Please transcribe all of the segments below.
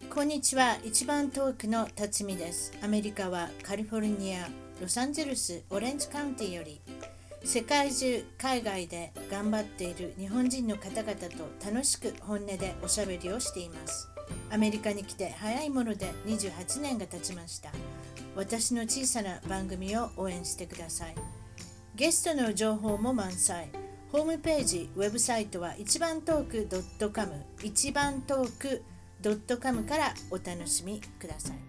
こんにちは。一番遠くの辰巳です。アメリカはカリフォルニア、ロサンゼルス、オレンジカウンティより世界中、海外で頑張っている日本人の方々と楽しく本音でおしゃべりをしています。アメリカに来て早いもので28年が経ちました。私の小さな番組を応援してください。ゲストの情報も満載。ホームページ、ウェブサイトは一番トーク .com 一番トーク.com からお楽しみください。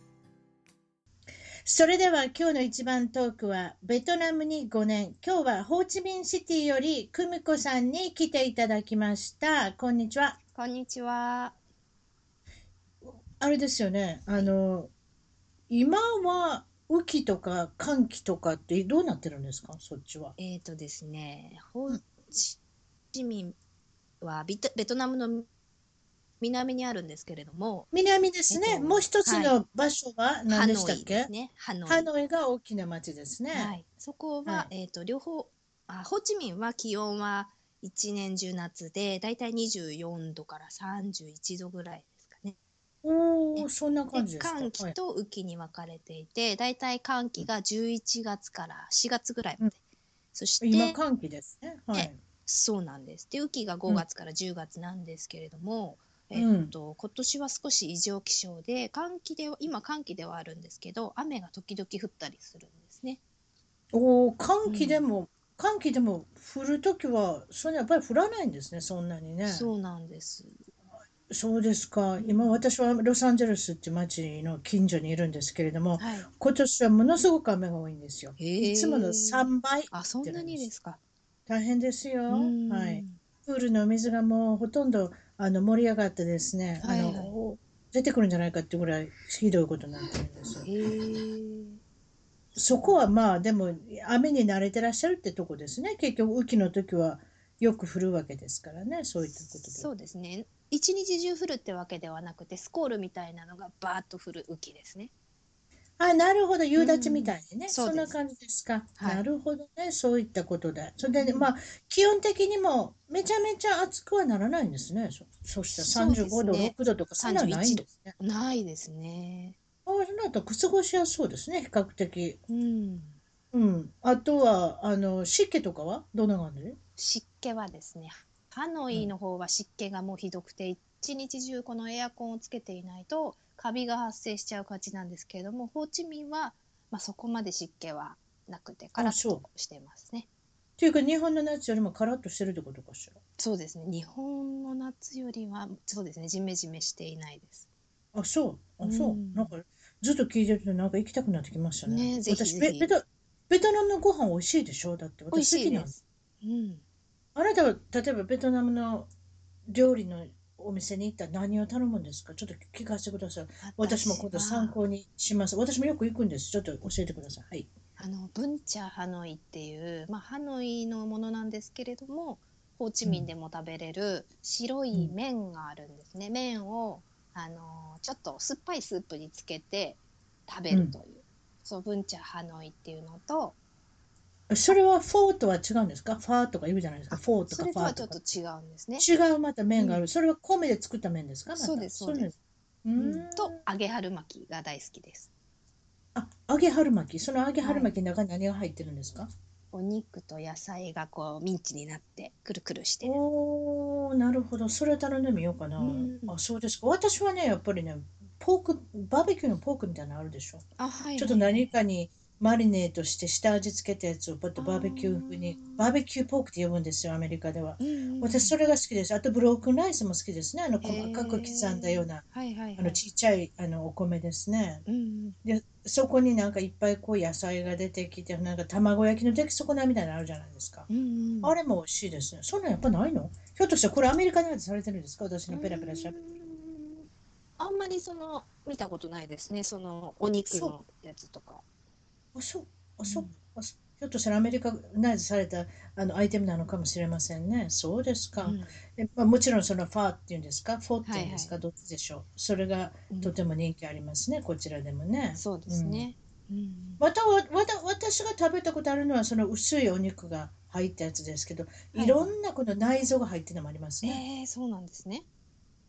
それでは今日の一番トークはベトナムに5年。今日はホーチミンシティより久美子さんに来ていただきました。こんにちは。 こんにちは。 あれですよね。今は雨季とか寒季とかってどうなってるんですか、そっちは。 ですね、ホーチミンはベトナムの南にあるんですけれども、 南ですね。もう一つはい、 の場所は何ハノでしたっけ？ イですね、ハノイ。 ハノイが大きな町ですね。 はい、そこは、 はい。 両方ホーチミンは気温は一年中夏で、だいたい24度から31度ぐらいですかね。 おー、そんなで、 感じですか。 寒気はい。 と雨季に分かれていて、だいたい寒気が11月から4月ぐらいまで。そし今、 て、 寒気ですね。はね、 い。 そうなんです。で、雨季がうん。 5月から10月なんですけれども、 うん。 今年は少し異常気象で、今寒気ではあるんですけど、雨が時々降ったりするんですね。 おー、寒気でうん。 も、寒気でも降るときは、そんなやっぱり降らないんですね、そんなにね。 そうなんです。 そうですか。今、 うん。 私はロサンゼルスっていう街の近所にいるんですけれども、 はい。 今年はものすごく雨が多いんですよ。いつものへえ。 3倍降あ、そってんなるんです。 にですか。 大変ですうーよ。はい。 ん。 プールの水がもうほとんど盛り上がってですね、 はいはい。 出てくるんじゃないかっていうぐらいひどいことになってるんですよ。 へえ。そそこはまあでも雨に慣れてらっしゃるってとこですね。結局雨季の時はよく降るわけですからね。そういったことで。 そうですね。一日中降るってわけではなくて、スコールみたいなのがバーッと降る雨季ですね。 あ、なるほど。夕立みうん。 たいにね。 そうです。 そんな感じですか。 はい。 なるほどね。そういったことで。それで、 うん。 まあ、気温的にもめちゃめちゃ暑くはならないんですね。そしたらそうで 35度、 すね。 6度とかそんなん 31 ないんで度。 すね。 ないですね。 ああ、そうなると過ごしやすそうですね。比較的。 うん。 うん。あとは、湿気とかはどんな感じ？ 湿気はですね、ハノうん。 イの方は湿気がもうひどくて、一日中このエアコンをつけていないとカビが発生しちゃう感じなんですけれども、ホーチミンは、そこまで湿気はなくて、カあ、 ラッそう。っとしてますね。 ていうか、日本の夏よりもカラッとしてるってことかしら。 そうですね。日本の夏よりは、そうですね、ジメジメしていないです。 あ、そう。 うあ、そう。なんん。 か、ずっと聞いてるとなんか行きたくなってきましたね。 ね、ぜひ私、 ぜひ。 ベトナムのご飯美味しいでしょ？だって美味私好きなん。 しいです。うん。 あなたは、例えばベトナムの料理のお店に行ったら何を頼むんですか？ちょっと聞かせてください。私も今度参私は、 考にします。私もよく行くんです。ちょっと教えてください。はい。 ブンチャーハノイっていう、ハノイのものなんですけれども、ホーチうん。 ミンでも食べれる白いうん。 麺があるんですね。麺を、ちょっと酸っぱいスープにつけて食べうん。 るという。そう、ブンチャーハノイっていうのと、 そあ、 れはフォーとは違うんですか？ファーとか言うじゃないですか。フォーとかそれとはちょっファーとか。 と違うんですね。 違うまたうん。 麺がある。それは米で作った麺ですか？また。 そうです、そうそういうの。 です。 うーうん。と、 ん。 揚げ春巻きが大好きです。 あ、揚げ春巻き。その揚げ春はい。 巻きの中に何が入ってるんですか？ お肉と野菜がこうミンチになってくるくるしてる。 おー、なるほど。それ頼んでみようかうな。 ん。 あ、そうですか。私はね、やっぱりね、バーベキューのポークみたいなのあるでしょ。 あ、はいちょっとはいはい。 何かにマリネートして下味付けたやつをポッとあバーベキュー風に、バーベキューポークって呼ぶんですよ、アメリカでは。 うんうんうん。 私それが好きです。あとブロークンライスも好きですね。 へ細かく刻んだようえ。 な、 はいはいはい。 ちっちゃい、お米ですね。 うんうん。 で、そこになんかいっぱいこう野菜が出てきて、なんか卵焼きの出来損ないみたいなのあるじゃないですか。 うんうん。 あれも美味しいですね。そんなんやっぱないの？ひょっとしてこれアメリカのやつされてるんですか？私うーのペラペラしゃべって。 ん。あんまり見たことないですね。お肉そう。 のやつとか。 あ、そう。あ、そう。 うん。 ひょっとしたらアメリカナイズされたアイテムなのかもしれませんね。そうですか。 うん。 まあ、もちろんそのファーっていうんですか、フォーってはいはい。 いうんですか、どっちでしょう。それがうん。 とても人気ありますね、こちらでもね。 そうでうん。 すね。うん。 私が食べたことあるのはその薄いお肉が入ったやつですけど、いろはいはい。 んなこの内臓が入ってるのもありますね。 そうなんですね。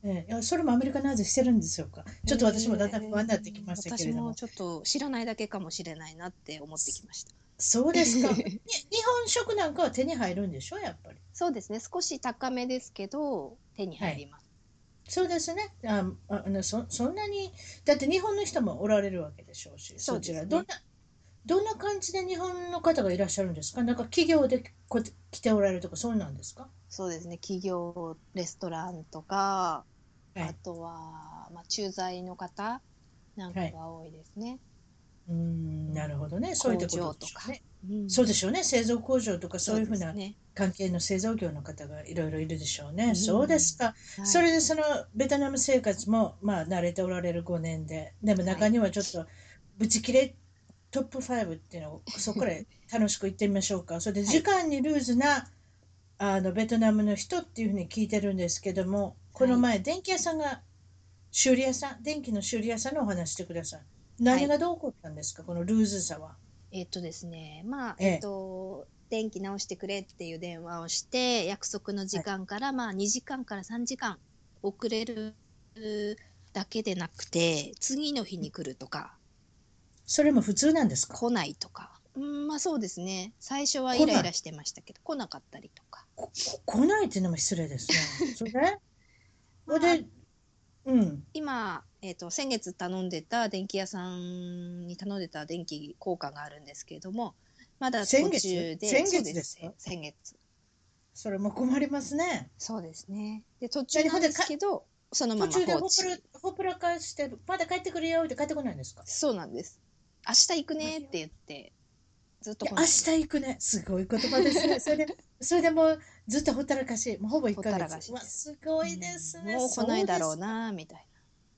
いや、それもアメリカナイズしてるんでしょうか。ちょっと私もだんだん不安になってきましたけれども。 私もちょっと知らないだけかもしれないなって思ってきました。 そうですか。日本食なんかは手に入るんでしょ、やっぱり。 そうですね。少し高めですけど、手にはい。 入ります。 そうですね。そんなに、だって日本の人もおられるわけでしょうし、 そそちら。 うですね。 どんな感じで日本の方がいらっしゃるんですか？なんか企業で来ておられるとか、そうなんですか？ そうですね。企業、レストランとか、 はい。 あとは、まあ、駐在の方なんはい。 かが多いですね。 なるほどね。そういっ工たこと場とか。 でしょうね。 うん、 そうでしょうね。製造工場とかそうそういうふうなですね。 関係の製造業の方がいろいろいるでしょううね。そうですん、 か。 はい。 それでそのベトナム生活もまあ慣れておられる5年で、でも中はい。 にはちょっとブチ切れトップ5っていうのをそこから楽しく言ってみましょうか。それで時はい。 間にルーズなベトナムの人っていうふうに聞いてるんですけども、こはい。 の前電気屋さんが修理屋さん、電気の修理屋さんのお話してください。 はい。 何がどう起こったんですか、このルーズさは。 ですね、まあ、 ええ。 電気直してくれっていう電話をして、約束の時はい。 間から、まあ、2時間から3時間遅れるだけでなくて、次の日に来るとか、 それも普通なんですか？ 来ないとか。まあそうですね。最初はイ来ない。 ライラしてましたけど、来なかったりとか。 来ないっていうのも失礼ですね。それで、ほまあ、 で、うん。 今、先月頼んでた電気屋さんに頼んでた電気交換があるんですけれども、まだ途中で、 先そうです、 月ですか？ 先月。 それも困りますね。 そうですね。で、途中なんです何ほんでけど、そのまま途中で放置。 ほっぷらかしてる。まだ帰ってくるよって帰ってこないんですか？ そうなんです。明日行くいや、 ねって言って、ずっといや明来ないんです。 日行くね。すごい言葉ですね。それでもうずっとほったらかし。もうほぼ1 ほったらヶ月。うわ、 かしです。 すごいですね。 もう来ないそうだろうですか。 な、みたい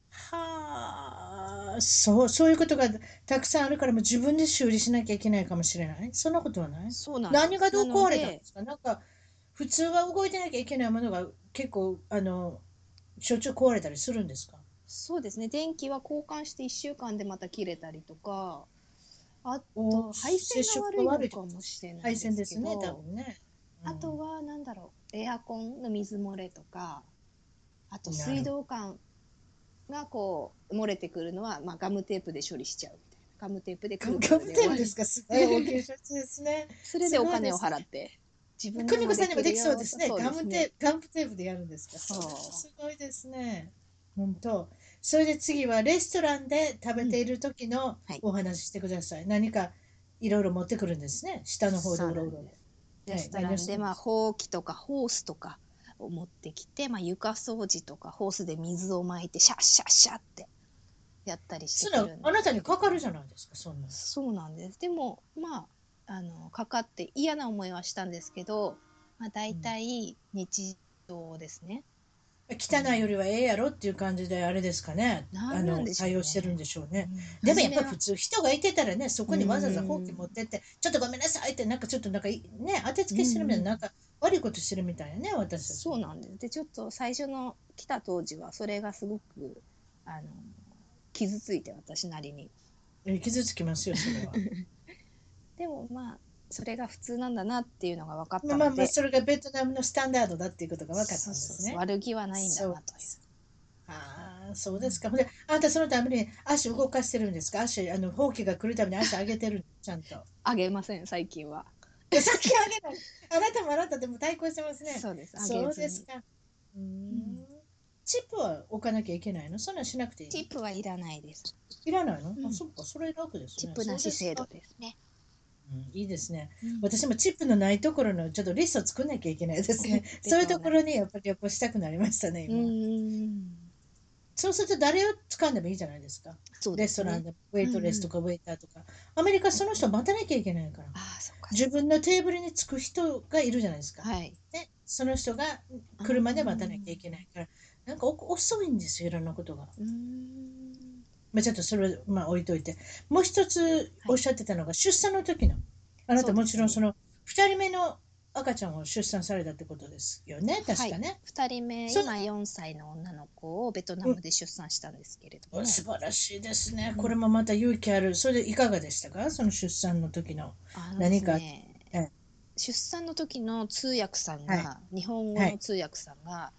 はあ、そういうことがたくさんあるからもう自分で修理しなきゃいけないかもしれない。そんなことはなな。 い？ そうなんです。な何がどうので、 壊れたんですか？なんか、普通は動いてなきゃいけないものが結構、しょっちゅう壊れたりするんですか？ そうですね。電気は交換して1週間でまた切れたりとか、あと配接線が触が悪いのか悪いってことです。 もしれない配です線ですね、多けど、 分ね。 あとはなんだろう、エアコンの水漏れとか、あと水なるほど。 道管がこう漏れてくるのは、まあ、ガムテープで処理しちゃうみたいな。ガムテープでくるくガムるで終わり。 テープですか？すごい大きいシャツですね。 それですお金をごいですね。 払って、自分久のもでき美子さんにもでるよと、 きそうですね。 そうですね。 ガムテープでやるんですか？それはそすごいですね。本当。それで次はレストランで食う。うん。 べている時のはい。 お話ししてください。何かいろいろ持ってくるんですね。下の方でそううろうろで。 なんです。レはい。 スト何をランで、まあ、 するんですか？ ほうきとかホースとかを持ってきて、まあ、床掃除とかホースで水をまいて、シャッシャッシャッってやったりしてそんな、 くるんであなたにすけど、 かかるじゃないですか、そんな。 そうなんです。でも、まあ、かかって嫌な思いはしたんですけど、まあ、大うん。 体日常ですね。う汚いよりん、 はええやろっていう感じであれですかね。 なんなんでしょう対応してるんね。 でしょうね。でもやっ初めは、 ぱり普通人がいてたらね、そうこにわざわざほうきん、 持ってって、ちょっとごめんなさいってなんかちょっとなんかね、当てつうん、 けしてるみたいな、なんうん。 か悪いことしてるみたいなね、私たちも。 そうなんです。で、ちょっと最初の来た当時は、それがすごく、あの、傷ついて、私なりに。 傷つきますよ、それは。 でもまあ、それが普通なんだなっていうのが分かっまあまあまあ、 たので、 それがベトナムのスタンダードだっていうことが分かったそうそうそう、 んですね。 悪気はないんだなという。 そうです。ああ、そううん、 ですか。ほんで、あんたそのために足動かしてるんですか？足、ほうきが来るために足上げてるんちゃんと。 あげません、最近は。 いや、さっきあげない。あなたもあなたでも対抗してますね。 そうです、あげそうずに。 ですか。うーうん、 ん。チップは置かなきゃいけないの？そんなんしなくていいの？ チップはいらないです。 いらないの？あ、 うん、 そっか。それ楽ですね。 チップなそうし制度ですか。 ですね。 うん、いいですね。 うん、 私もチップのないところのちょっとリストを作んなきゃいけないですね。そういうとこベトナム。 ろにやっぱり旅行したくなりましたね、 う今。 ん、 そうすると誰を掴んでもいいじゃないですか。 そうですね。 レストランでウェうん、 イトレスうん。 とかウェイターとか。アメリカその人待たなきゃいけないから。 ああ、そっかそっか。 自分のテーブルに着く人がいるじゃないですか。 はい。 で、その人があ来るまで待たなきゃいけあ、 ないから、なんか遅いんですよ、いろんなことが。 うん。 まあ、ちょっとそれはまあ置いといて。もう一つはい。 おっしゃってたのが、出産の時の。あなそうたもですね。 ちろんその2人目の赤ちゃんを出産されたってことですよね、 はい。 確かね。 2人目、 そ今4歳の女の子をベトナう、 ムで出産したんですけれども、 素晴らしいですね。 うん、 これもまた勇気ある。それでいかがでしたか、その出産の時の。 です何か、 ね、 え、 出産の時の通訳さんはい、 が、日本語はい、 の通訳さんが、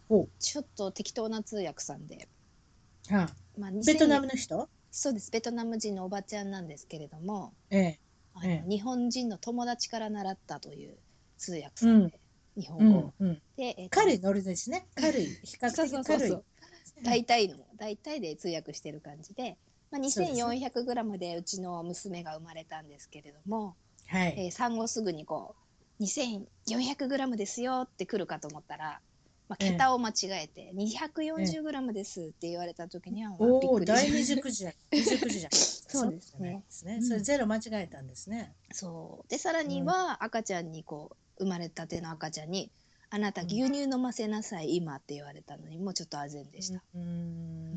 お、 ちょっと適当な通訳さんで、 はあ、 まあ、 ベトナ 2000 ムの人？ そうです、ベトナム人のおばちゃんなんですけれども、 ええ、ええ、 日本人の友達から習ったという通訳うん、 さんで、日う本語を。 ん、うん。 で、 軽いノリですね。軽い。比較そう的軽い。 そうそうそう、大体で通訳してる感じで、まあ、 そうですね。 2400グラムでうちの娘が生まれたんですけれども、 はい。 産後すぐにこう2400グラムですよって来るかと思ったら、まあ、 ええ、 桁を間違えてええ。 240グラムですって言われた時には、まあ、びっおお、 くりし第二ました。 熟児じゃ、未熟児じゃないですか。 そうそうじゃないでですね。 すね。 うん、 それゼロ間違えたんですね。 そうで、さらにうん、 は赤ちゃんにこう生まれたての赤ちゃんに「あなたうん、 牛乳飲ませなさい今」って言われたのに、もうちょっと唖然でした。うん、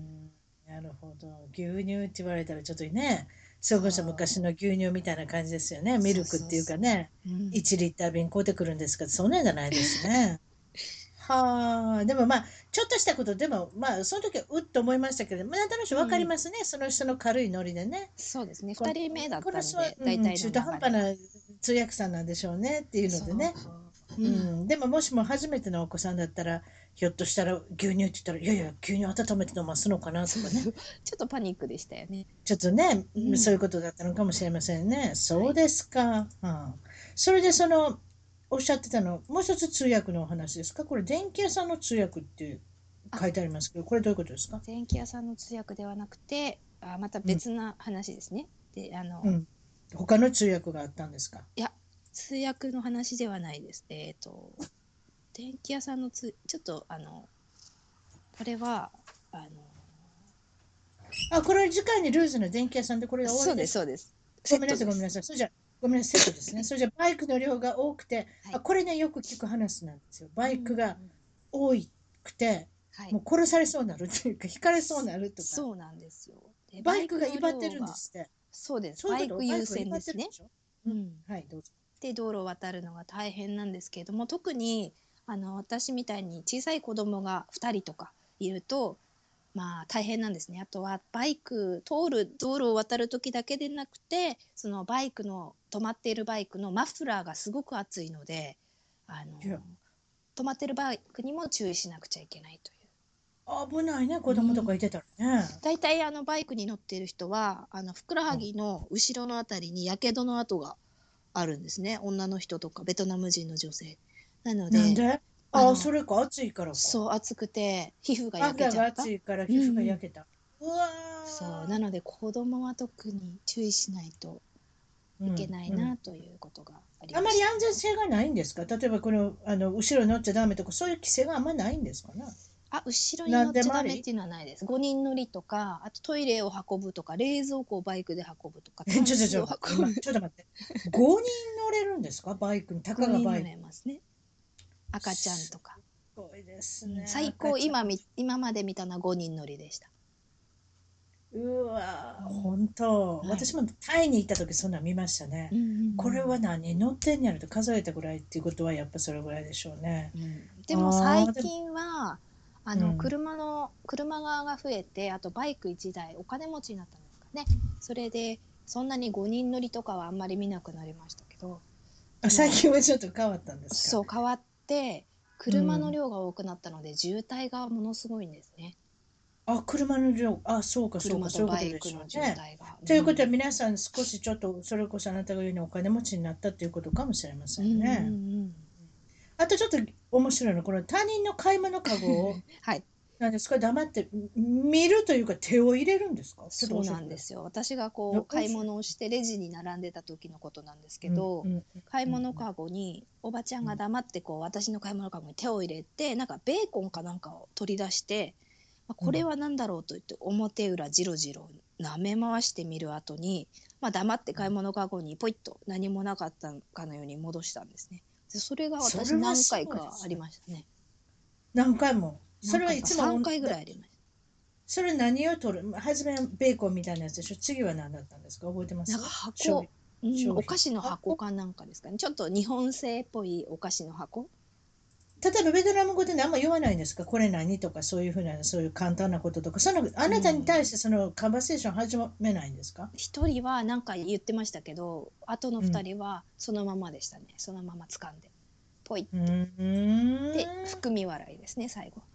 なるほど。牛乳って言われたらちょっとね、それそこそ昔の牛乳みたいな感じですよね。ミそうルクっていうそうそう、 かね、 うん、 1リッター瓶買うてくるんですけど、そんなんじゃないですね。はあ、でもまあ、ちょっとしたことでも、まあ、その時はうっと思いましたけど、まあ、なんとなくわかうんうん、 りますね。その人の軽いノリでね。 そうですね、2 この、 人目だっこの人は、 たので大体の中流れが。 途半端な通訳さんなんでしょうねっていうのそう、 でね。 うん、 でももしも初めてのお子さんだったら、ひょっとしたら牛乳って言ったら、いやいや、牛乳温めて飲ますのかなとかね。 そうそう、ちょっとパニックでしたよね。 ちょっとね、 うん、 そういうことだったのかもしれませんね。 はい。 そうですか。それでおっしゃってたの、もう一つ通訳のお話ですか？これ、電気屋さんの通訳ってあ、 書いてありますけど、これどういうことですか？ 電気屋さんの通訳ではなくて、またうん、 別な話ですね。で、 うん。他の通訳があったんですか？ いや、通訳の話ではないです。電気屋さんのちょっとこれはあのあ、これ次回にルーズの電気屋さんでこれで終わそうです、 りですか？ そうです。セごめんなさい、 ットです。 ごめんなさい。それじゃ、ごめんなさい、セットですね。それじゃ、バイクの量が多くて、 はい。 これね、よく聞く話なんですよ。 うんうんうバイクがん。 多くて、 はい。 もう殺されそうになるっていうか、ひかれそうになるとか、 そうなんですよ。で、 バイクがバイクの威張ってるんで量が、 すって。 そうです。 そういうバイク優こと？バイクが威先ですね。 張ってるんでしょ？ うん。 はい、どうぞ。 で、道路を渡るのが大変なんですけれども、特に私みたいに小さい子供が2人とかいると、まあ大変なんですね。あとはバイク通る道路を渡る時だけでなくて、そのバイクの止まっているバイクのマフラーがすごく熱いので、あのいや、 止まっているバイクにも注意しなくちゃいけないと危ないね、 いう。 子供とかいてたらね。 大体バイクに乗っている人はふくらはうん、 ぎの後ろのあたりにやけどの跡があるんですね。女の人とかベトナム人の女性。なのでなんで？そあのれか、暑いからか。 そう、暑くて皮膚が焼け油がちゃった。 熱いからうんう皮膚がん。 焼けた。うわそうなので子供は特に注意しないとー。ういけん、うん。 ないなということがありあまりました。 安全性がないんですか？例えば後ろに乗っちゃダメとか、そういう規制があんまないんですかね？ 後ろになん乗っちゃでもあり？ ダメっていうのはないです。5人乗りとか、あとトイレを運ぶとか、冷蔵庫をバイクで運ぶとか、タンスを待って、今、 運ぶ。 ちょっと待って。5人乗れるんですか？バイクに、たかが 5人乗バイク。 れますね。赤ちゃんとすか。 ごいですうん、 ね、 最高赤ちゃん。 今まで見たのは5人乗りでした。 うわー、 うん、 本当。 はい。 私もタイに行った時そんなん見ましたね。 うんうんこれは何乗ってんやろと数えたぐらいっていうことはやっぱそれぐらいでしょうね。 うん。うん、でも最ああ、でも、 近はうん。 車側が増えて、あとバイク1台お金持ちになったんですかね。それでそんなに5人乗りとかはあんまり見なくなりましたけど、で最も近はちょっと変わったんですか？ そう変わって車のうん。 量が多くなったので渋滞がものすごいんですね。 車の量、そうかそうか、 車とそういうことでバイクのしょうね。 渋滞が。 ということは皆さん少しちょっと、それこそあなたが言うようにお金持ちになったということかもしれませうんうんうんね。 ん。 あとちょっと面白いのは、この他人の買い物かごを、 はい。 なんですか、黙って見るというか手を入れるんですか？ちょっとそう教えてください。 なんですよ。私がこどう買いうしよ物をしてレジに並んでた時のことなんですけう。うんど、 うん買いうんうん物かごにおばちゃんうんが黙ってこう私の買い物かごに手を入れて、なんかベーコンかなんかを取り出して、これうん。 は何だろうと言って表裏じろじろ舐め回してみる後に、黙って買い物かごにポイッと何もなかったかのように戻したんですね。でそれがそ私れはす何回かありごいですね。 ましたね。 何回も。それはい何回か3 つも回ぐらいありました。 それ何を取る？初めはベーコンみたいなやつでしょ？次は何だったんですか？覚えてまなんかす？商品。商品。 お菓子の箱かなんかですかね。ちょっと日本製っぽいお菓子の箱。 例えばベトナム語で何も言わないんですか？これ何とかそういうふうな、そういう簡単なこととか、あうなたに対ん。 してそのカバセーション始めないんですか？ 一人はなんか言ってましたけど、あとのうん。 二人はそのままでしたね。そのまま掴んで。 ポイうーん。 で含み笑いですね最後。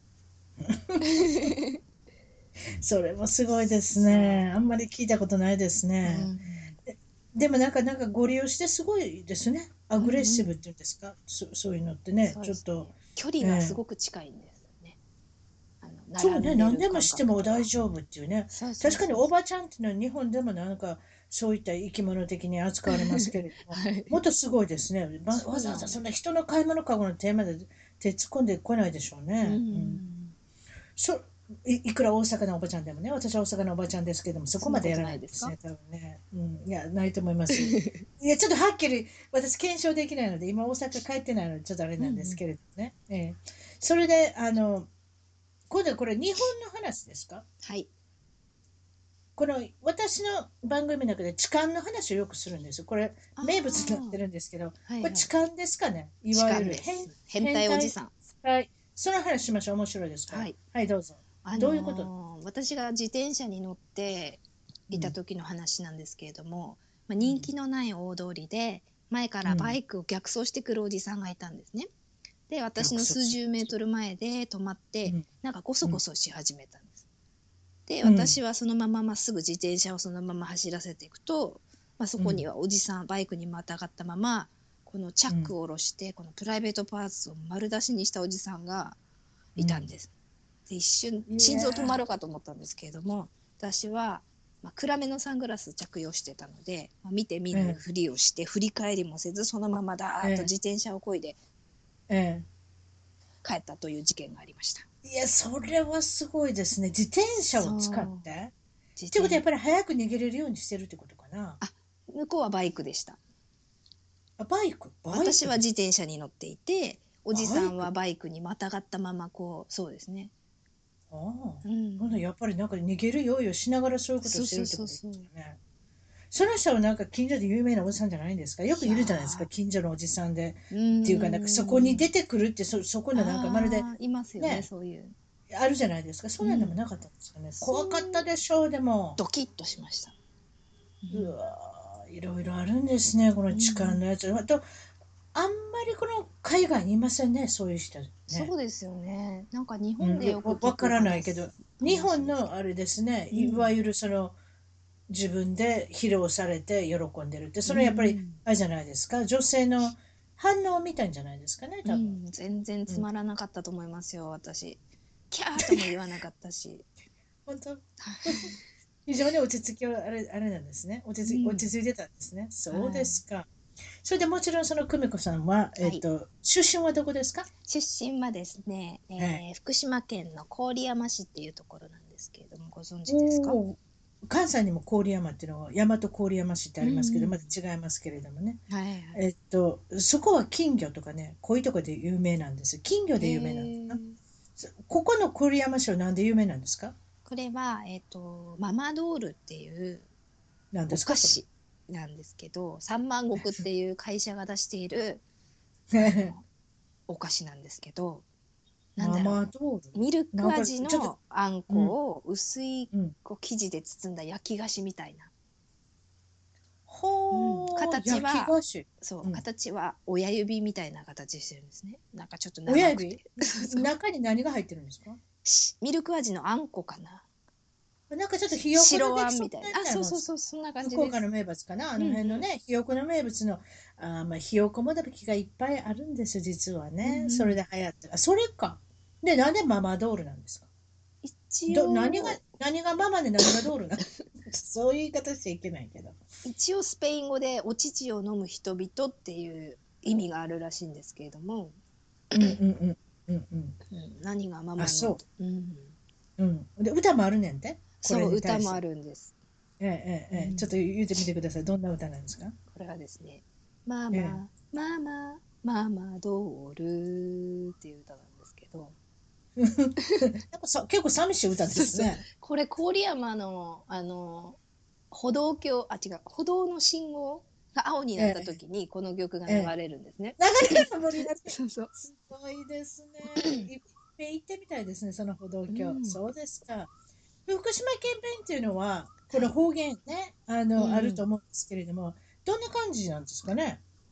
それもすごいですね。あんまり聞いたことないですうね。 んでもなんかご利用してすごいですね。アグレッシブっていうんですか。そういうのってね、 そうですね。 ちょっと、 距離がすええ、 ごく近いんですよね。 そうね、 並んで何でもる感覚と。 しても大丈夫っていうね。 そうそう確かにそうそおばちゃんっていうのは日本でもなんかそういった生き物的に扱われますけれどう。 も、 はい。 もっとすごいですね。わそうざわざそんななんです。 人の買い物かごの手まで手突っ込んでこないでしょううね。うん。 ん。 そいくら大阪のおばちゃんでもね、私は大阪のおばちゃんですけども、そこそんなことまでやらないですか？ ないですね、多分ね。うん、いや、ないと思います。いや、ちょっとはっきり、私、検証できないので、今、大阪帰ってないので、ちょっとあれうんうん。 なんですけれどね。それで、今度はこれ、日本の話ですか？ はい。 この、私の番組の中で痴漢の話をよくするんですよ。これ、 あ名物になっあ、 てるんですけど、これ、 はいはい。 痴漢ですかね、い痴わゆる漢です。変変態態おじさん。 はい。その話しましょう。面白いですから。 はい。 はい、どうぞ。どういうこと？ 私が自転車に乗っていたうん。 時の話なんですけれども、 うん。 人気のない大通りで前かうん。 らバイクを逆走してくるおじさんがいたんですね。で、私の逆走す数十メートル前で止まってる。うん。 なんかゴソうん。 ゴソし始めたんです。で、 うん。 私はそのまままっすぐ自転車をそのまま走らせていくと、そこにうん。 はおじさんバイクにまたがったままこのチャッうん。 クを下ろしてこのプライベートパーツを丸出しにしたおじさんがうん。 いたんです。で一瞬いや心臓止まるかと思ったんですけれども、私は、暗めのサングラス着用してたので、見て見ー、えぬふりをして振り返りもせずそのままだーっとえ、 自転車を漕いでえ帰ったという事件がありました。 いや、それはすごいですね。自転車を使っそうてっていうことはやっ自転ぱり早く逃げれるようにしてるってことかな。 あ向こうはバイクでした。 あ、バイクで。 私は自転車に乗っていておじさんバイク。 はバイクにまたがったままこうそうですね。 ああ。 うん。 ほんでやっぱりなんか逃げる用意をしながらそういうことをしてそうそうるってことでそうそう。 すよね。その人はなんか近所で有名なおじさんじゃないんですか？よくいやいるじゃないですか、近所のおじさんで。 うっていうか、なんかそこにーん出てくるって、そこのなんかまるで、 いますよねね、 そういう。 あるじゃないですか。そういうのもうんなかったんですかね。 そう怖かったでしょう、でも。 ドキッとしました。 うわー、いろいろあるんですね、この痴漢うん、 のやつ。あと、あんまりこの海外にいませんね、そういう人ね。 そうですよね。なんか日うん、 本でよく聞くわからないけど、日本話ですけのあれですね、 ど。うん。 いわゆるその自分で披露されて喜んでるって、 うんうそれやっぱりん。 あれじゃないですか、女性の反応みたいんじゃないですかね、多分。 うん。全然うん、 つまらなかったと思いますよ、私。キャーとも言わなかったし。 本当、非常に落ち着きはあれなんですね。落うん。 ち着いてたんですね。そうはい。 ですか。それでもちろんその久美子さんは、 はい。 出身はどこですか？ 出身はですね、 はい。 福島県の郡山市っていうところなんですけれども、ご存知ですか？ おお、関西にも郡山っていうのは、大和郡山市ってあうんりますけど、 うん。 また違いますけれどもね。 はいはい。 そこは金魚とかね、こういうとこで有名なんです。金魚へで有名なんですか？ え。 ここの郡山市はなんで有名なんですか？ これは、ママドールっていうなんですか、それ。 お菓子なんですけど、三万石っていう会社が出しているあのお菓子なんですけど、なんマだろマドール。 う、ミルクなんか、ちょっと、 味のあんうん、 こを薄いうん。 こう生地で包んだ焼き菓子みたいな、うん、 ほー、焼き菓子。うん。 形は親指みたいな形してるんですね。なんかちょっと親指長くてそう中に何が入ってるんですか？ ミルク味のあんこかな。 なんかちょっとひよこの白出来損あんみたいな。あ、 ないみたいなの、 そうそうそう、そんな感じです。 福岡の名物かな、あうんうの辺のん。 ね、ひよこの名物の、まあ、ひよこもどきがいっぱいあるんですよ、実はうんうね。それん。 で流行ってる。あ、それか。で、なんでママドールなんですか？ 一何が、 応、 何がママで何がドールなんそういう言い方しちゃいけないけど。 スペイン語でお乳を飲む人々っていう意味があるらしいんですけれども、 うんうんうんうんうん。 うん、何がマあ、 マの、 そうん、 う。うん。で、歌もあるねんて、これそう歌もあに対して。 るんです。 ちょっと言ってみてください。どんな歌なんですか？ これはですね、マええ。 マ、ママ、ママドールっていう歌なんですけど、 なんか結構寂しい歌でそうそう、 すね。 これ郡山の歩道橋、違う、歩道の信号が青になったええ、 時にこの曲が流ええ。 れるんですね。 流れるの森になって。 そうそう。 すごいですね。いっぺん行ってみたいですね、その歩道橋。 うん。 そうですか。福島県弁っていうのは、こはい。 の方言ね、 うんあうん。 ると思うんですけれども、どんな感じなんですかね。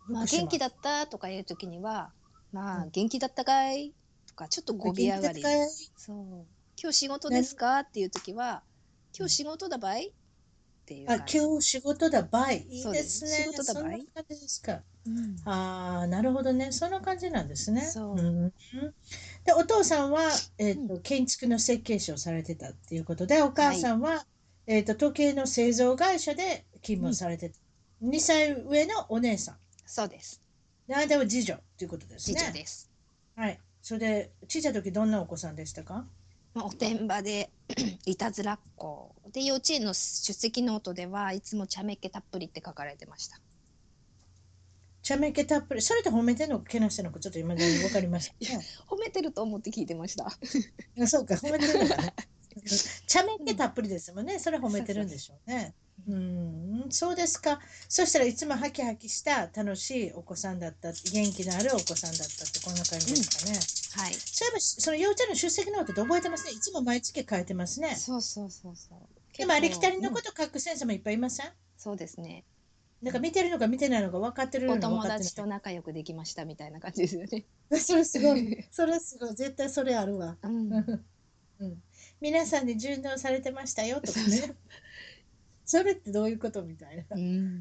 まあ、 福島。 元気だったとかいう時には、まあ、 うん元気だったかいとか、ちょっと語尾上がり。 元気だったかいそう。今日仕事ですかっていう時は、今日仕事だばいっていうあ、 感じ。 今日仕事だ、バイ。いいそうです。 ですね。 仕事だそんなばい。 感じですか。 うん。 ああ、なるほどね。そんな感じなんですね。うそん。で、お父さんは、 う。うん。 建築の設計士をされてたっていうことで、お母はい。 さんは、時計の製造会社で勤うん。 務されてた。2歳上のお姉さん。 そうです。 で、間は次女ということです次女ね。 です。 はい。それで、小さい時どんなお子さんでしたか？ まあ、おてんばでいたずらっ子で、幼稚園の出席ノートではいつも茶目っ気たっぷりって書かれてました。 茶目気たっぷり。それと褒めてんのかけなしてんのかちょっと今だに分かりませんいや、 ね。 褒めてると思って聞いてました。 あ、そうか、褒めてるのかな。茶目っうん。 気たっぷりですもんね。それ褒めそうそうそてるんでしょうね。そうですか。そしたらいつもハキハキした楽しいお子さんだった、元気のあるお子さんだったってこんな感じう。うん。 ですかね。 はい。 そういえば、その幼稚園の出席ノートって覚えてますね。いつも毎月書いてますね。 そうそうそうそう。 でもありきた結構、 りのこと書く先生もいっぱいいません？ そうですね。 なんか見てるのか見てないのか分かってるおのか分友達とかってない。 仲良くできましたみたいな感じですよね。 それすごい。それすごい。絶対それあるわ。 うん。 うん。皆さんに順応されてましたよとそうそう。 かね。それってどういうことみたいな。 うん。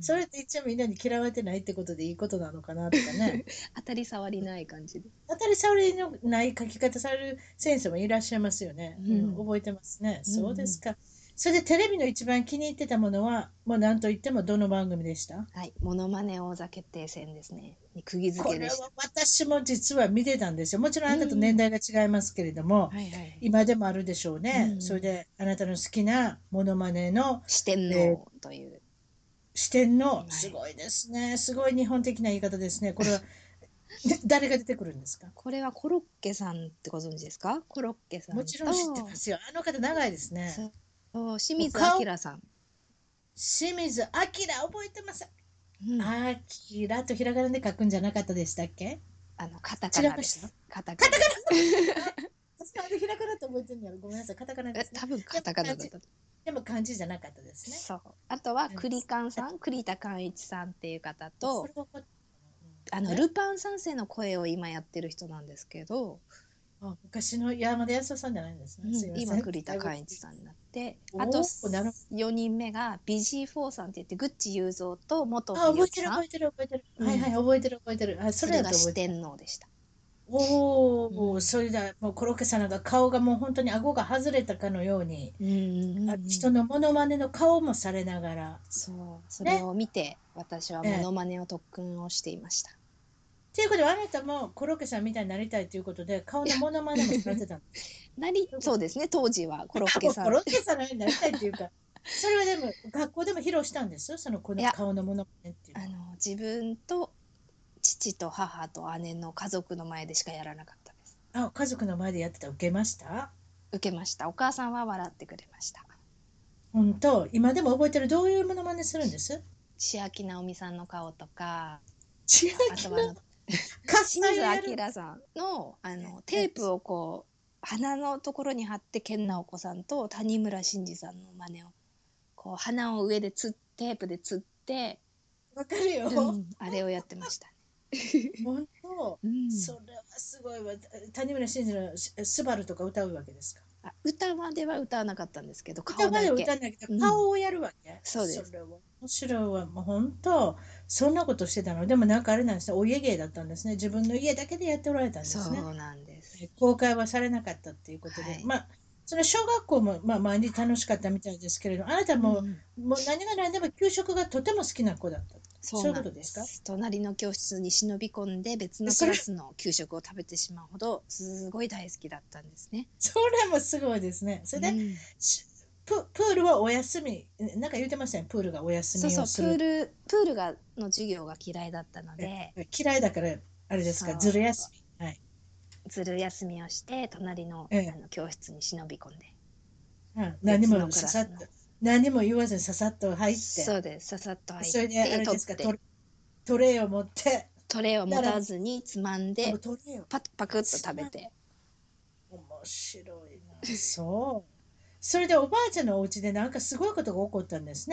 それって一応みんなに嫌われてないってことでいいことなのかなとかね。 当たり障りない感じで。 当たり障りのない書き方される先生もいらっしゃいますよね。 うん。 覚えてますね。 うんうん。 そうですか。それでテレビの一番気に入ってたものは、もう何と言ってもどの番組でした？ はい。モノマネ王座決定戦ですね。に釘付けでした。 これは私も実は見てたんですよ。もちろんあなたとうん。 年代が違いますけれども、 はいはいはい。 今でもあるでしょううんうね。それん。 であなたの好きなモノマネの、 四天えー王という。 視点の、 はい。 すごいですね。すごい日本的な言い方ですね。これは、誰が出てくるんですか？ これはコロッケさんってご存知ですか？コロッケさんもちろん知ってまと、 すよ。あの方長いですね。 そう、清水もう顔、 明さん。 清水明、覚えてます。 うん。 明とひらがなで書くんじゃなかったでしたっけ？ カタカ違いました？ ナです。カタカナ。 あ、私なんでひらがなって覚えてるんやろ。ごめんなさい。カタカナですね。 多分カでもタカナだった。 漢字じゃなかったですね。 そう。あとは、 うん栗勘さん、栗田寛一さんっていう方と、 それは分かったかな。 ルパン三世の声を今やってる人なんですけど、 昔の山田康夫さんじゃないんですね。すいません。 今栗田寛一さんになって、あとおお、なるほど。 4人目がビジー4さんって言って、グッチ雄三と元あ、 冬樹さん。 覚えてる。はいはい、 うん。 覚えてる、覚えてる。あ、それだそれが四と覚えてた。 天王でした。うおお、 ん。 それだ。もうコロッケさんなんか顔がもう本当に顎が外れたかのように、 うんうんうんうん。 人のモノマネの顔もされながら、 そう。それね。 を見て、私はええ。 モノマネを特訓をしていました。 ということで、あなたもコロッケさんみたいになりたいということで、顔のモノマネもされてたんです。そういうこと。 そうですね。当時はコロッケさん。 もうコロッケさんのようになりたいっていうか、それはでも学校でも披露したんですよ。そのこのいや、 顔のモノマネっていうのは。 自分と父と母と姉の家族の前でしかやらなかったです。 あ、家族の前でやってた受けました？ 受けました。お母さんは笑ってくれました。 本当、今でも覚えてる。どういうモノマネするんです？ 千秋直美さんの顔とか、 千秋のあとは喝清水采をやるんです。 明さんの、テえ、 ープをこう、鼻のところに貼って、研ナオコさんと谷村新司さんの真似を、こう、鼻を上でテープでつって、 わかるよ。 うん、あれをやってましたね。 本当、 うん。 それはすごいわ。谷村新司のスバルとか歌うわけですか？ 歌までは歌わなかったんですけど、 歌までは顔だけ。 歌んないけど、 うん。 顔をやるわけ？ そうです。 それは面白いわ。もう本当、そんなことしてたの。でもなんかあれなんですね。お家芸だったんですね。自分の家だけでやっておられたんでそすね。 うなんです。 公開はされなかったっていうことで。 はい。 まあ、その小学校も、まあ、毎日楽しかったみたいですけれど、あなたも、 うんうん。 もう何が何でも給食がとても好きな子だった。そういうこそうなんとですか？ です。隣の教室に忍び込んで別のクそれ、 ラスの給食を食べてしまうほどすごい大好きだったんですね。 それもすごいですね。それで、 うん。 しプールはお休み、なんか言ってましたね。プールがお休そうそう、 みをする。 プールの授業が嫌いだったのえで、 嫌いだから、あれですそか、ずるう、 休み。はい。 ずる休みをして隣の、 ええ、 教室に忍び込んで何も別のクラスの、 何も言わずにささっと入って、 そうです、ささっと入っそれであてれですか、 取って、 トレイを持って、 トレイを持なら、 たずにつまんあ、もでうトレイをパクッとつまん、 食べて。 面白いな。そう。それでおばあちゃんのお家でなんかすごいことが起こったんですね。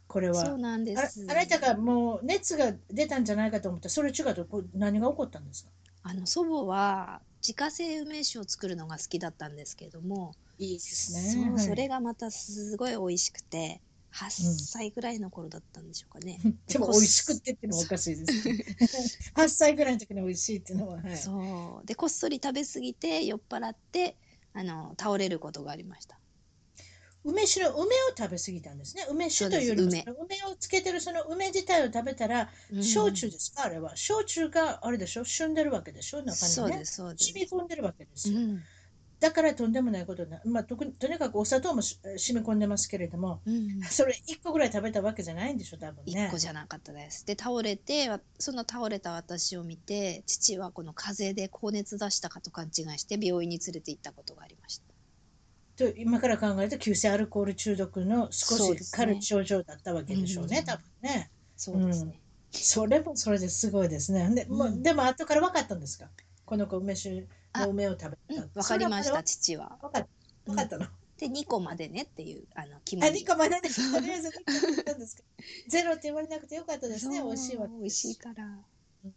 これは。 そうなんであ、 す。 あなたがもう熱が出たんじゃないかと思ったら、それ違うと、何が起こったんですか？ 祖母は自家製梅酒を作るのが好きだったんですけれども、 いいですね。 そう、 はい。 それがまたすごい美味しくて、8 うん。 歳ぐらいの頃だったんでしょうかね。で、 でも、美味しくってっていうのもおかしいですね。8歳ぐらいの時に美味しいっていうのは、はい。 そう。で、こっそり食べ過ぎて酔っ払って、倒れることがありました。 梅酒の梅を食べ過ぎたんですね。梅そうです、 酒というよりも、そ梅。 の梅をつけてるその梅自体を食べたら、 うんう焼ん。 酎ですか、あれは。焼酎があれでしょ、旬でるわけでしょ、中にね。 そうです、そうです。 染み込んでるわけですよ。 うん。 だからとんでもないことな、まあ、とにかくお砂糖も染み込んでますけれども、 うんうん。 それ1個ぐらい食べたわけじゃないんでしょ、多分 1個ね。 じゃなかったです。で、倒れて、その倒れた私を見て、父はこの風邪で高熱出したかと勘違いして病院に連れて行ったことがありました。 と今から考えると、急性アルコール中毒の少そうしですね。 軽い症状だったわうんうんうけでしょうね、多ん。 分ね。うん。 そうですね。 それもそれですごいですね。 うん。 でも後から分かったんですか？この子、梅酒のあ、 梅を食べた。 わかそれはまだりました、父は。 分かった。 うん。 分かったの。 で、2個までねっていう、 あ、 肝に。 2個までね。 そう。 とりあえず2個って言ったんですけど、ゼロって言われなくてよかったですね。美味しいわそう、美味けですし。 しいから。 うん、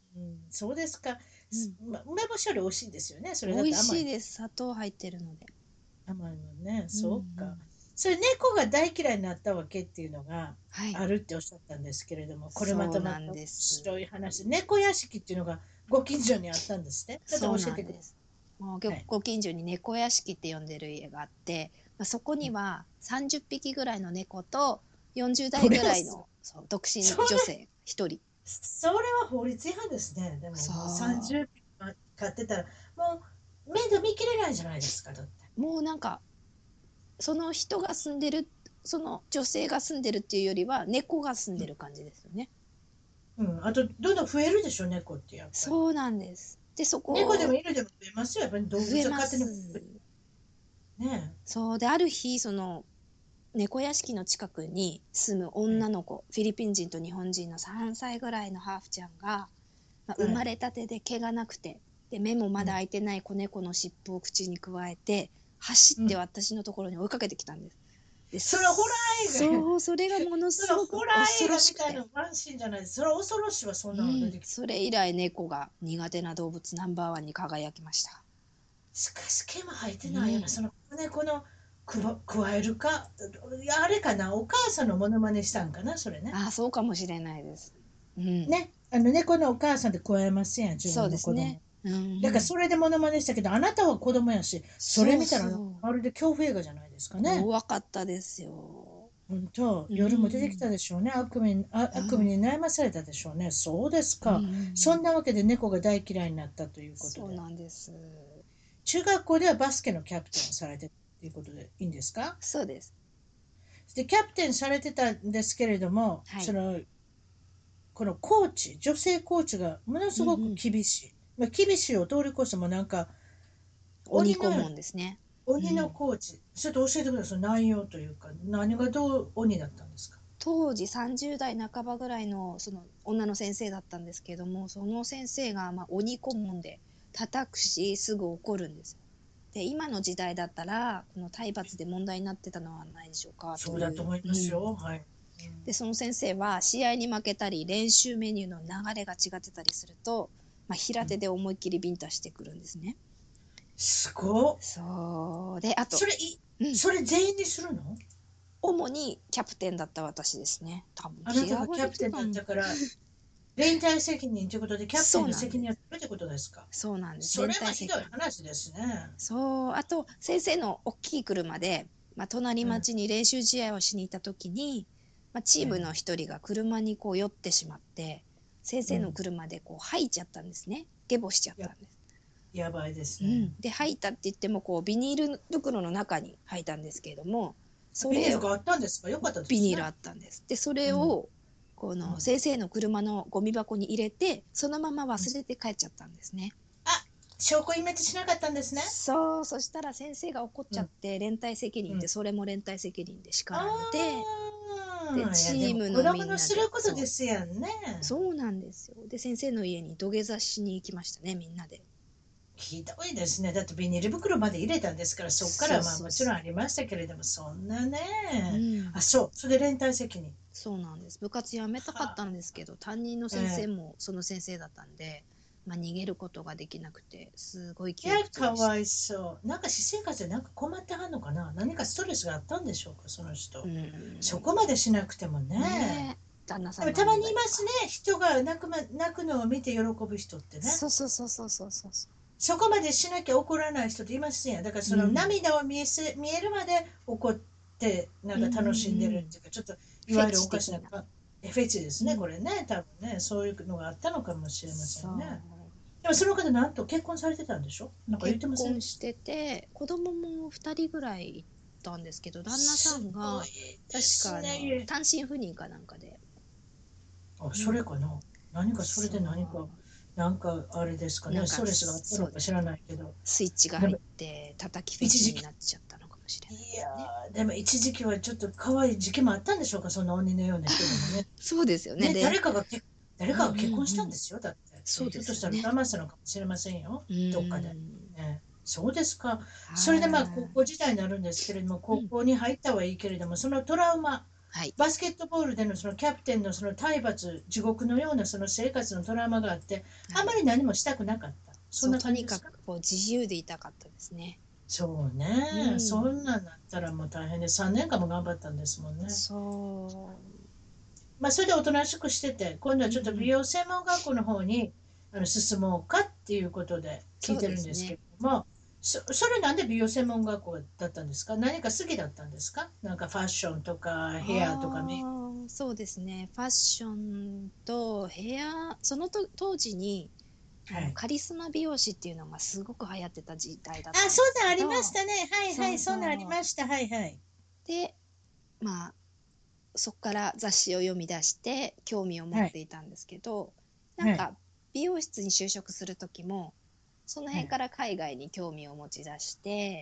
そうですか。 うん。 梅干しより美味しいですよね。それだっ美味て甘い。 しいです。砂糖入ってるので。 甘いもんね。 うんうそうか。 ん。 それ猫が大嫌いになったわけっていうのがはい。 あるっておっしゃったんですけれども、これまそうなたまた面んです。 白い話。猫屋敷っていうのがご近所にあったんですね。ちょっとそう教えてくだなんです。もうさい。 ご近所に猫屋敷って呼んでる家があって、まあ、そこには30匹ぐらいの猫と40代ぐこれはす、 らいのそう独身それ、 女性1人。 それは法律違反ですね。でもそもう30匹飼ってたら、もう面倒見きれないじゃないですか、だって。 う、もうなんか、その人が住んでる、その女性が住んでるっていうよりは、猫が住んでる感じですよね。 うん。あと、どんどん増えるでしょ、猫ってやっぱり。 そうなんです。で、そ猫でもこ、 犬でも増えますよ。やっぱり動増えま物は勝手に増えす。 るね。 そうで、ある日、その猫屋敷の近くに住むはい。 女の子、フィリピン人と日本人の3歳ぐらいのハーフちゃんが、まあ、生はい。 まれたてで毛がなくて、で目もまうん。 だ開いてない子猫の尻尾を口にくわえて走ってうん。 私のところに追いかけてきたんです。でそれはホラー映画。 そう、それがものそれはすごくホラー映恐ろ画みたいしくて、 なワンシーンじゃないです。それは恐ろしいわ、そんうなの出ん、 てきて。 それ以来猫が苦手な動物ナンバーワンに輝きました。 しかし毛も生えてうないよな、 ん、 その猫の加えるか、いやあれかな、お母さんのモノマネしたんかな、それね。 ああ、そうかもしれないです。うん、 ね、猫のお母さんで加えますやん、自そう分ですね。 の子供。 うんうだからん、 それでモノマネしたけど、あなたは子供やし、それそう見たらそまるで恐怖映画じゃないですかう、 ね。 怖かったですよ。 本当、 う夜も出てきん、 たでしょうね。悪夢にうん、 悩まされたでしょうね。そうですうんうか。そんん、 なわけで猫が大嫌いになったということそうで。 なんです。 中学校ではバスケのキャプテンをされてたということでいいんですか？ そうです。 で、キャプテンされてたんですけれども、 はい。 このコーチ、女性コーチがものすごくうんうん。 厳しい。まあ、厳しいを通り越してもなんか、 鬼顧鬼のような、 問ですね。う鬼のん。 コーチ。ちょっと教えてください。内容というか、何がどう鬼だったんですか？ 当時30代半ばぐらいのその女の先生だったんですけども、その先生がまあ鬼顧問で叩くしすぐ怒るんですよ。で、今の時代だったらこの体罰で問題になってたのはないでしょうかという。 そうだと思いうん。 ますよ。はい。うん、 で、その先生は試合に負けたり練習メニューの流れが違ってたりすると、まあ、平手で思いっきりビンタしてくるんですね。 すごっ。 そうで、あと、 それ、 うん、 それ全員にするの？ 主にキャプテンだった私ですね。多分あなた嫌わがキャプテンだれてたん。 ったから、連帯責任ということで、キャプテンのそうなんです。 責任を取るということですか？ そうなんです。 それ連はひどい帯責任。 話ですね。 そう、あと先生の大きい車で、まあ、隣うん。 町に練習試合をしに行った時に、まあ、チームのえ一人が車にこう酔ってしまって、先生のうん。 車でこう吐いちゃったんですね。下ボしちゃっや、 たんです。 やばいですね。 うん、で吐いたって言ってもこうビニール袋の中に吐いたんですけれども、それをビニールがあったんですか？よかったですね。 ビニールあったんです。で、それうん。 をこうん。 の先生の車のゴミ箱に入れて、そのままうん。 忘れて帰っちゃったんですね。 あ、証拠隠滅しなかったんですね。 そう、そしたら先生が怒っちうん。 ゃって、連帯責任って、 うん。 それも連帯責任で叱あられて、で、 あ、いや、でもチームのみ子供のんなで、 することそう、 ですやんね。 そうなんですよ。で、先生の家に土下座しに行きましたね、みんなで。 ひどいですね。だってビニール袋まで入れたんですから、そこからまあもちろんありましたけれども、そんなうね。 ん。 あ、そう、それで連帯責任。 そうなんです。部活辞めたかったんですけど、担任の先生えもその先生だったんで、まあ、逃げることができなくて、すごいいや、 窮屈でした。 かわいそう。なんか私生活でなんか困ってはんのかな、何かストレスがあったんでしょうか、そのう人。そこん。 までしなくてもね。 ねえ、旦那さんのでもたま問題とか。 にいますね。人が泣くのを見て喜ぶ人ってね。 そうそうそうそうそうそうそそこまでしなきゃ怒らない人っていますね。だからう。 そのうん。 涙を見えるまで怒ってなんうんうんか楽しんでうん。 るっていうか、ちょっといフェわゆるおかしなチ的な。 フェチですね、こうん。 れね。多分ね、そういうのがあったのかもしれませそんね。 う。 でもその方なんと結婚されてたんでしょ、なんか言っ結てませんでした？ 婚してて、子供も2人ぐらいいたんですけど、旦那さすんがごいで確かすね。 単身赴任かなんかで、 あ、それうん、 かな。何かそれそで何か、 う、 なんかあれですかね、 なんかストレスがあったそうですね、 のか知らないけど。 スイッチが入っでもて叩きフェチ一時期、 になっちゃったのかもしれないいやですね。 でも一時期はちょっと可愛い時期もあったんでしょうか、そんな鬼のような人でもね。 そうですよね。 ね、 で、 誰うんうんかが結婚しうん、 たんですよ、だって。 そうひょっとしですよね。 たら騙したのかもしれませんよ、 うどっかで。 ん。 ね、そうですか。それでまあ高は校時代になるんですけれども、 い。うん。 高校に入ったはいいけれども、そのトラウマ、 はい。 バスケットボールでのそのキャプテンのその体罰、地獄のようなその生活のトラウマがあって、 はい。 あまり何もしたくなかった。そんそう、 なとに感じですか？ かくこう自由でいたかったですね。 そううね。そん。 んなんなったらもう大変で、3年間も頑張ったんですもんね。 そまあ、それでおとなしくしてて、今度はう。うちょっと美ん。 容専門学校の方に進もうかっていうことで聞いそうてるんですけですね。 れども、それなんで美容専門学校だったんですか？何か好きだったんですか？なんかファッションとかヘアとかメイク。 ああ、そうですね。ファッションとヘア、そのと当時にはい。 カリスマ美容師っていうのがすごく流行ってた時代だっあ、 たんですそんなんありましけど、 たね。はいはい、 そうそんなんありそう。 ました。はいはい。 で、まあ、そこから雑誌を読み出して興味を持っはい。 ていたんですけど、なんはい。 か美容室に就職する時も、そのはい。 辺から海外に興味を持ち出して、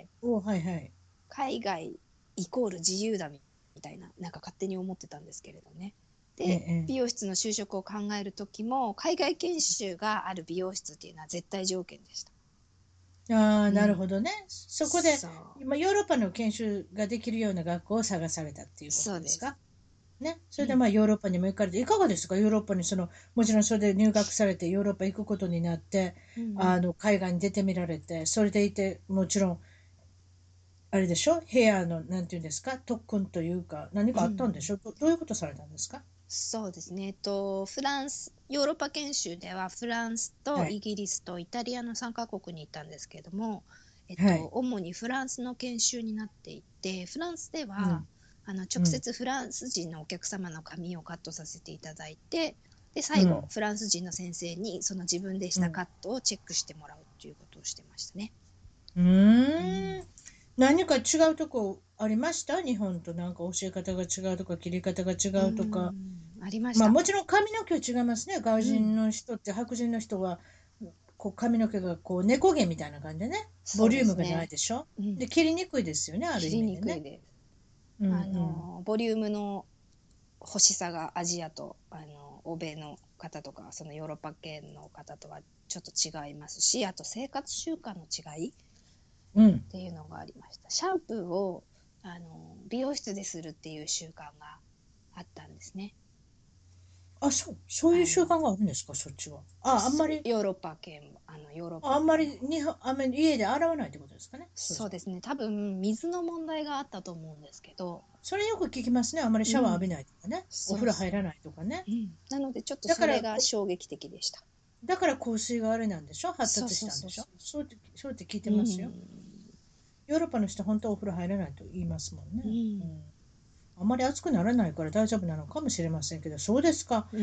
はいはい。 海外イコール自由だみたいな、なんか勝手に思ってたんですけれどね。 えで、 え。 美容室の就職を考える時も、海外研修がある美容室っていうのは絶対条件でした。 ああ、 うん。 なるほどね。そこで、 そう。 今、ヨーロッパの研修ができるような学校を探されたっていうことそうです。 ですか？ね。そうん。 れでまあヨーロッパにも行かれて、いかがですか？ヨーロッパにもちろんそれで入学されてヨーロッパ行くことになって、 うんうん。 海外に出てみられて、それでいて、もちろん、あれでしょ、ヘアの、なんていうんですか、特訓というか、何かあったんでしうん。 ょ、どういうことされたんですか？ そうですね。フランス、ヨーロッパ研修ではフランスとはい。 イギリスとイタリアの3カ国に行ったんですけれども、 はい。 主にフランスの研修になっていて、フランスではうん。 直うん。 接フランス人のお客様の髪をカットさせていただいて、で、最後、 うん。 フランス人の先生にその自分でしうん。 たカットをチェックしてもらうっていうことをしてましたね。 ううん。 ーん。何か違うとこありました？日本となんか教え方が違うとか、切り方が違ううとか。 ん。ありましまあた。 もちろん髪の毛は違いますね。外うん。 人の人って白人の人はこう髪の毛がこう猫毛みたいな感じでね、ボそうリュームがないですね。 でしょ。 うん。 で、切りにくいですよね、ある切り意味でね。 にくいです。 うんうん。 ボリュームの欲しさがアジアと欧米の方とかそのヨーロッパ系の方とはちょっと違いますし、あと生活習慣の違いっうん。 ていうのがありました。シャンプーを美容室でするっていう習慣があったんですね。 あ、そういう習あの慣があるんですか、そっちは。あ、あんまり、 ヨーロッパ系もヨーロッパあんまりあんまり家で洗わないってことですかね。そうすると。 そうですね、多分水の問題があったと思うんですけど、 それよく聞きますね。あんまりうん、 シャワー浴びないとかね。おそうそう、 風呂入らないとかね。 うん、なのでちょっとだそれからこ、 が衝撃的でした。 だから香水があれなんでしょ、発そう達しそうそうそたんでしょ、そうって聞いてう、うますよ。 ん、 ヨーロッパの人、本当はお風呂入らないと言いますもんね。 うん、 うん。あまり暑くならないから大丈夫なのかもしれませんけど、そうですか。 うん、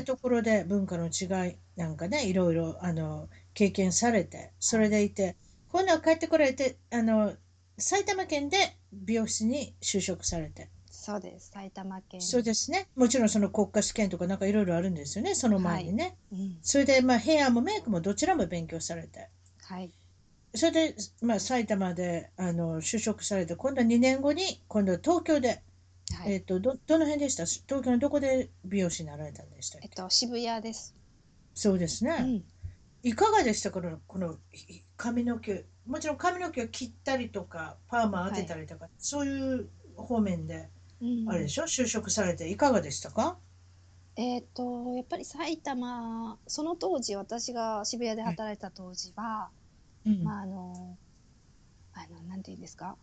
そういったところで文化の違いなんかね、いろいろ経験されて、それはい、 でいて、今度は帰ってこられて、埼玉県で美容室に就職されて。 そうです。埼玉県。 そうですね。もちろんその国家試験とかなんかいろいろあるんですよね、そのはい。 前にね。 うん。 それで、まあ、ヘアもメイクもどちらも勉強されて。 はい。 それで、まあ、埼玉で就職されて、今度は2年後に、今度は東京で、 はい。 どの辺でした？東京のどこで美容師になられたんでしたっけ？ 渋谷です。 そうですね。 うん。 いかがでしたか、この髪の毛、もちろん髪の毛を切ったりとか、パーマ当はい。 てたりとか、そういう方面で、 うん。 あれでしょ、就職されていかがでしたか？ やっぱり埼玉、その当時、私が渋谷でえ、 働いた当時は、 うん、 まあ、なんていうんですか、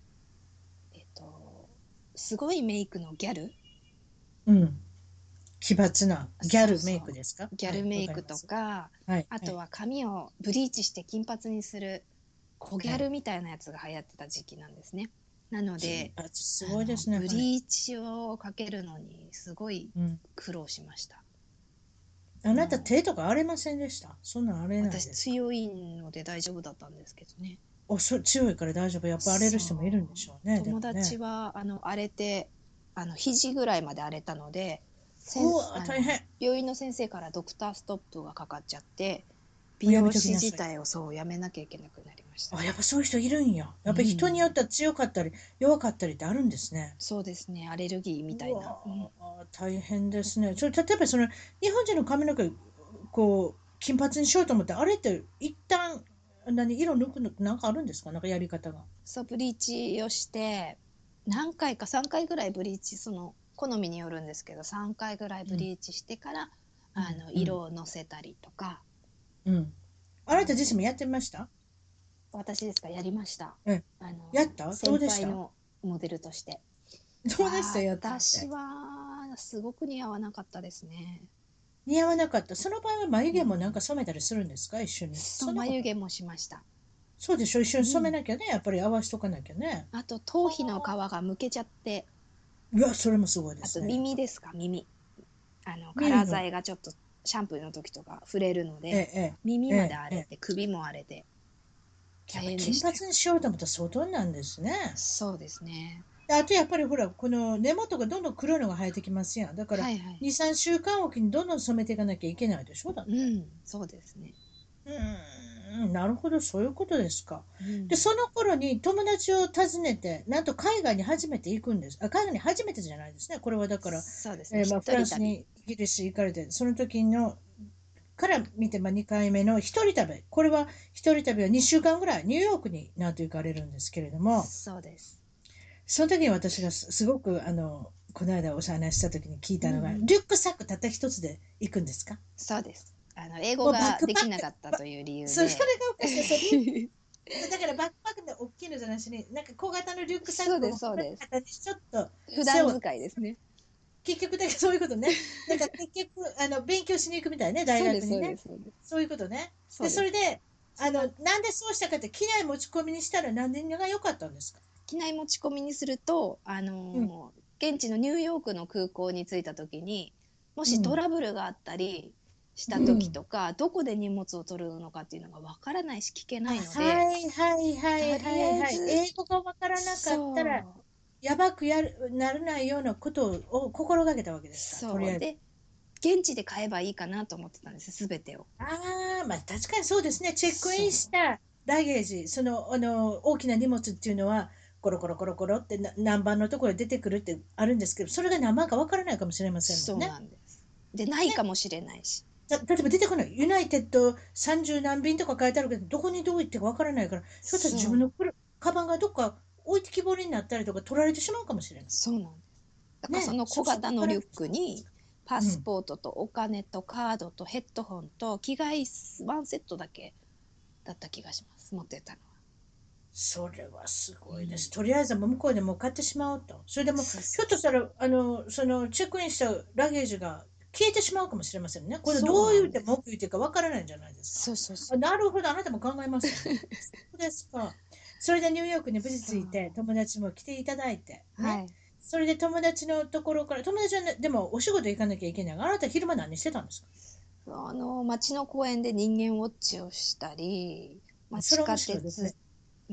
すごいメイクのギャル、 うん。奇抜なギャルメイそうそクですか？ う、ギャルはい、 メイクとわかります。 か、 はい、はい。 あとは髪をブリーチして金髪にする小ギはい。 ャルみたいなやつが流行ってた時期なんですね。なので、 金髪、すごいですね。 ブはい。 リーチをかけるのにすごいうん。 苦労しました。 あなたも手とか荒れませんでした？そんなん荒れない私ですか？ 強いので大丈夫だったんですけどね。 強いから大丈夫。やっぱ荒れる人もいるんでそう。 しょうね。で友もね。 達は荒れて肘ぐらいまで荒れたので、せんうわ、大変。 病院の先生からドクターストップがかかっちゃって、美おやめ容師ときなさい。 自体をそうやめなきゃいけなくなりました。 あ、やっぱそういう人いるんや。 うやっぱり人によっん。 ては強かったり弱かったりってあるんですね。 そうですね。アレルギーみたいな。 うわうん。 ー、大変ですね。例えば日本人の髪の毛、こう、金髪にしようと思って、あれって一旦、色抜くのってなんかあるんですか？なんかやり方が。 そう、ブリーチをして、何回か3回ぐらいブリーチ、好みによるんですけど、3回ぐらいうん、 ブリーチしてから、 うん、うん、 色をのせたりとか、 うん。あなた自あの、 身もやってみました？ 私ですか、やりました。 え、やったどう先でした？ 輩のモデルとして。 どうでしたやってみ私て。 は、すごく似合わなかったですね。 似合わなかった。その場合は眉うん。 毛もなんか染めたりするんですか？一緒に。 そう、 そんなことない。 眉毛もしました。 そうでしょ、一緒に染うん。 めなきゃね。やっぱり合わしとかなきゃね。 あと、頭皮の皮がむけちゃって、 いや、それもすごいであとすね。 耳ですか、耳。カラー耳の、 剤がちょっとシャンプーの時とか触れるので、 ええ、 耳までええ、ええ。 荒れて、首も荒れて、大やっぱ変でしたよ。 金髪にしようと思ったら相当なんですね。 そうですね。 であとやっぱりほら、この根元がどんどん黒いのが生えてきますやん。だからはいはい。 2、3週間おきにどんどん染めていかなきゃいけないでしょだって。 うん、そうですね。 なるほど、そういうことですか。で、 うん。 その頃に友達を訪ねて、なんと海外に初めて行くんです。あ、海外に初めてじゃないですね。これはだから、 そうですね。 まあ、フラン一人旅。 スにイギリス行かれて、その時のから見て、まあ、2回目の一人旅。これは一人旅は2週間ぐらいニューヨークになんと行かれるんですけれども、 そうです。 その時に私がすごくこの間お話しした時に聞いたのが、 うんうん。 リュックサックたった一つで行くんですか？ そうです。英語もうバッがでクパック、 きなかったという理由それで。 がおかしい。だからバックパックで大きいのじゃなしに、なんか小型のリュックサッそうです、 クをそうです。 肩にちょっと普段背負って、 使いですね。 結局だからそういうことね。だから結局勉強しに行くみたいね、大そうです、 学にね。 そうです、そうです。 そういうことね。で、 そうです。 それで、なんでそうしたかって、機内持ち込みにしたら何年が良かったんですか？ 機内持ち込みにすると、 うん、 現地のニューヨークの空港に着いた時に、もしトうん、 ラブルがあったりしたうん。 時とか、どこで荷物を取るのかっていうのがわからないし聞けあ、 ないので、 はいはいはいとりはいはい。 あえず、 英語がわからなかったら、 そう、 やばくならないようなことを心がけたわけですか、とりあえず。 そうで、現地で買えばいいかなと思ってたんです、すべてを。 ああ、まあ確かにそうですね。チェックインしそう、 たラゲージ、大きな荷物っていうのは、コロコロコロコロって何番のところで出てくるってあるんですけど、それが何番かわからないかもしれませんもんね。 そうなんです。で、ないね。 かもしれないし。 例えば出てこない。ユナイテッド30何便とか書いてあるけど、どこにどう行ってかわからないから、ひょっとしたら自そう、 分のカバンがどっか置いてきぼりになったりとか取られてしまうかもしれない。 そうなんです。だからそね。 の小型のリュックにパスうん。 ポートとお金とカードとヘッドホンと着替えワンセットだけだった気がします、持ってたのは。 それはすごいでうん。 す。とりあえず向こうでもう買ってしまおうと。それでも、 そうそうそひょっとしたら、チェックインしたラゲージが消えてしまうかもしれませんね。 う。 これそうどう言ってなんです。 文句言っていいかわからないんじゃないですか。 そうそうそあ、なるほど、あなたも考えましたね。そうですか。それでニューヨークに無事う。そう。 着いて、友達も来ていただいて、ね。 はい。 それで友達のところから、友達はね、でもお仕事行かなきゃいけない。あなた昼間何してたんですか？ 街の公園で人間ウォッチをしたり、まあ、地下それ面白いですね。 鉄、うん、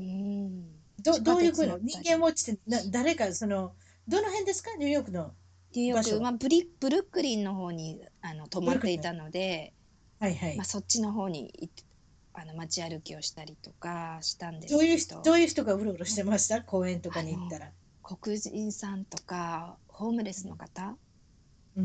地下どういうふう鉄乗な人ったり、 間ウォッチって誰かどの辺ですか？ニューヨークのニューヨーク、 場所は。 まあ、ブルックリンの方に泊ブルックリンの。 まっていたので、まあ、 はいはい。 そっちの方に行って、街歩きをしたりとかしたんですけど、 どういう人がうろうろしてました？公園とかあの、 に行ったら。 黒人さんとか、ホームレスの方、 うん。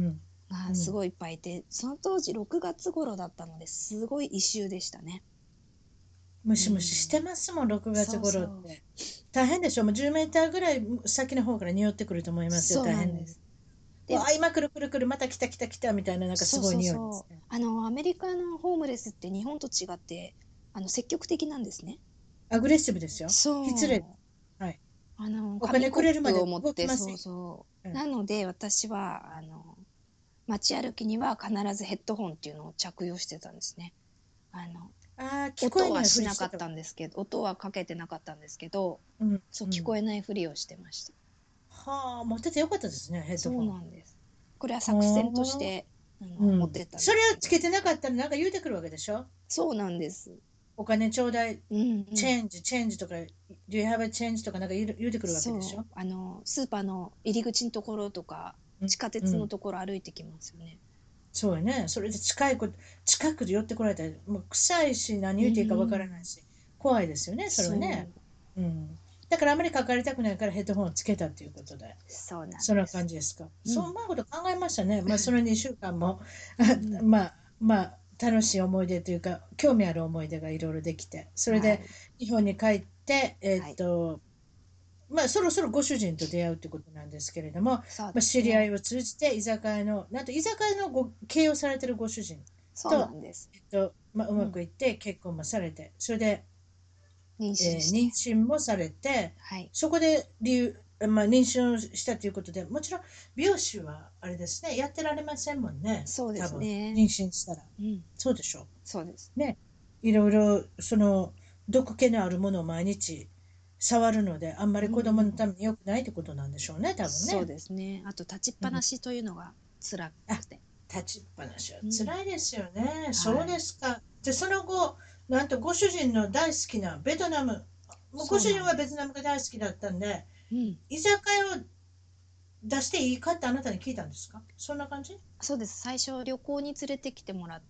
がすごいいっぱいいて、その当時6月頃だったのですごい異臭でしたね。 ムシムシしてますもん、6月そうそう。 頃って。大変でしょ。もう10メーターぐらい先の方から匂ってくると思いますよ。 そう大変な。 なんです。で、 わあ、今来る来る来る、また来た来た来たみたいな、なんかそうすごいそうそう。 匂いですね。 アメリカのホームレスって日本と違って、積極的なんですね。 アグレッシブですよ。失礼。 そう。 はい。お金く紙コップをれるまで持って、そう動きません。 そう。 うん。 なので、私は、街歩きには必ずヘッドホンっていうのを着用してたんですね。あの、 ああ、聞こえ音はないふしなかっりしてたわ。 たんですけど、音はかけてなかったんですけど、 うん、 そう、 うん。 聞こえないふりをしてました。 はあ、持っててよかったですね、ヘッドそうフォン。 なんです。これは作戦としはあ。 て、持っうん。 てったんそれですけど。 をつけてなかったらなんか言うてくるわけでしょ。 そうなんです。 お金ちょうだい、 うんうん。 チェンジとか、Do you have a change とかなんか言うてくるわけでしょ。 そう、スーパーの入り口のところとか、 うん。 地下うん。 鉄のところ歩いてきますよね。 そうやね。それで近くで寄ってこられたら、もう臭いし、何う言っていいかわからないん。 し、怖いですよね、それはね。 そう、 うん。だからあまりかかりたくないからヘッドホンをつけたっていうことで。 そうなんそんなです。 感じですか。 うん。 そんなこと考えましたね。まあ、その2週間も、 うん。 まあ、楽しい思い出というか、興味ある思い出がいろいろできて、それではい。 日本に帰って、 はい。 まあ、そろそろご主人と出会うということなんですけれども、まそうあ、 ですね。 知り合いを通じてなんと居酒屋の経営をされてるご主人そうなと、 んです。 まあ、ううん。 まくいって結婚もされて、それで、 妊娠して。 妊娠もされて、 はい。 そこでまあ、妊娠をしたということで、もちろん美容師はあれですね、やってられませんもんね、 そうで多分、 すね。 妊娠したら。 うん。 そうでしょそうです。 う。ね。いろいろ、毒気のあるものを毎日触るので、あんまうんり子供うん。 のために良くないってことなんでしょうね、多分そうね。 ですね。あと、立ちっうん。 ぱなしというのが辛あ、 くて。 立ちっぱなしはうん。 辛いですよね。そうはい。 ですか。で、その後、なんとご主人の大好きなベトナム、もうごそう主人はベトなんです。 ナムが大好きだったんで、 うん。 居酒屋を出していいかってあなたに聞いたんですか？そんな感じ？ そうです。最初、旅行に連れてきてもらって、